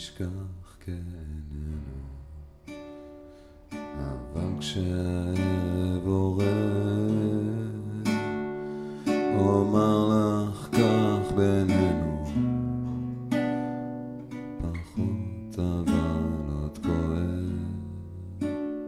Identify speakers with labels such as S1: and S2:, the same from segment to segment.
S1: נשכח כאיננו, אבל כשהערב עורב אומר לך כך בינינו, פחות אבל עוד כואב.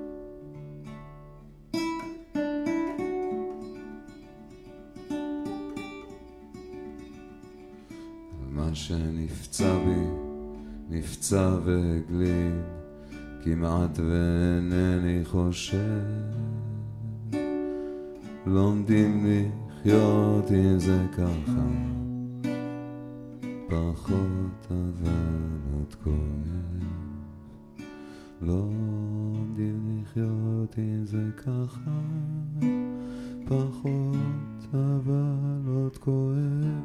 S1: על מה שנפצע בי נפצע והגליד, כמעט ואינני חושב. לומדים לחיות עם זה ככה, פחות אבל עוד כואב. לומדים לחיות עם זה ככה, פחות אבל עוד כואב.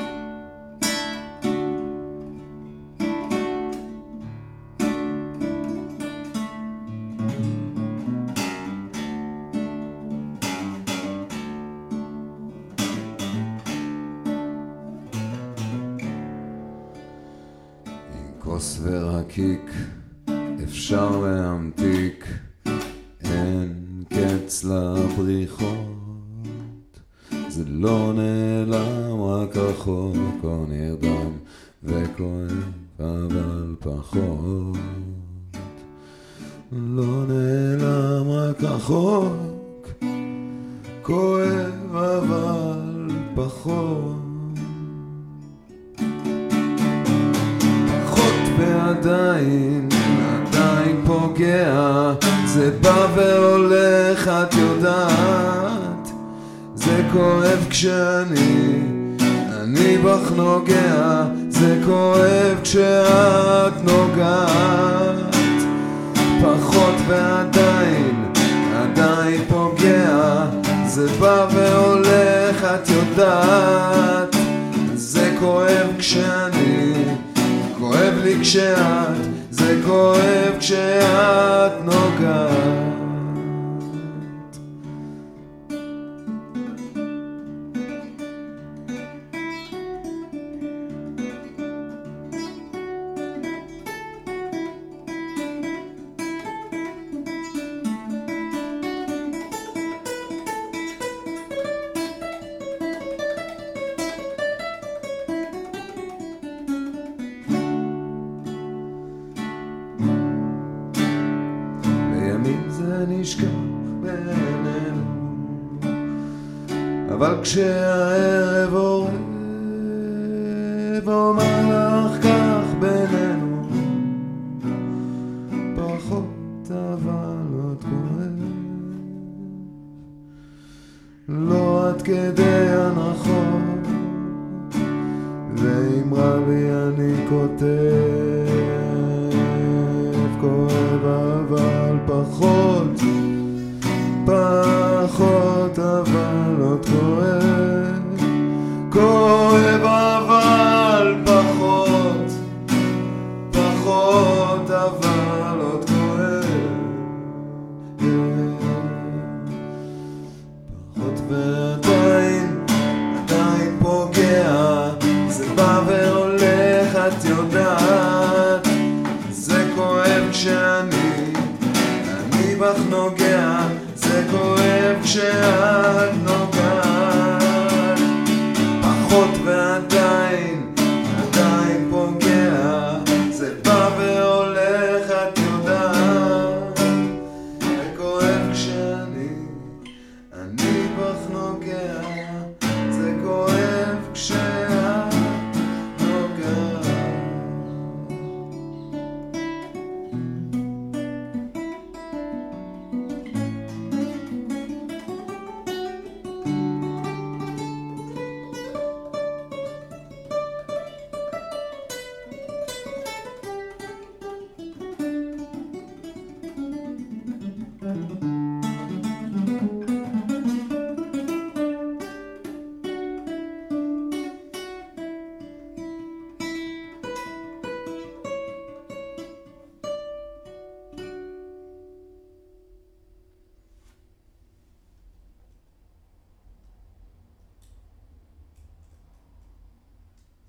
S1: כוס ורקיק אפשר להמתיק, אין קץ לבריחות, זה לא נעלם, רק רחוק או נרדם וכואב אבל פחות. לא נעלם, רק רחוק, כואב אבל פחות. ועדיין, עדיין פוגע, זה בא והולך, את יודעת. זה כואב כשאני בך נוגע, זה כואב כשאת נוגעת. פחות ועדיין, עדיין פוגע, זה בא והולך, את יודעת. זה כואב כשאני, כואב לי כשאת, זה כואב כשאת נוגעת. זה נשכח בינינו, אבל כשהערב עורב אומר לך כך בינינו, פחות אבל עוד כואב. לא עד כדי הנחות, ואם רבי אני כותב, כואב אבל פחות, פחות אבל עוד כואב. כואב אבל פחות, פחות אבל עוד כואב. פחות ועדיין, עדיין פוגע, זה בא והולך, את יודעת. זה כואב כשאני בך נוגע, זה כואב כשאת נוגע.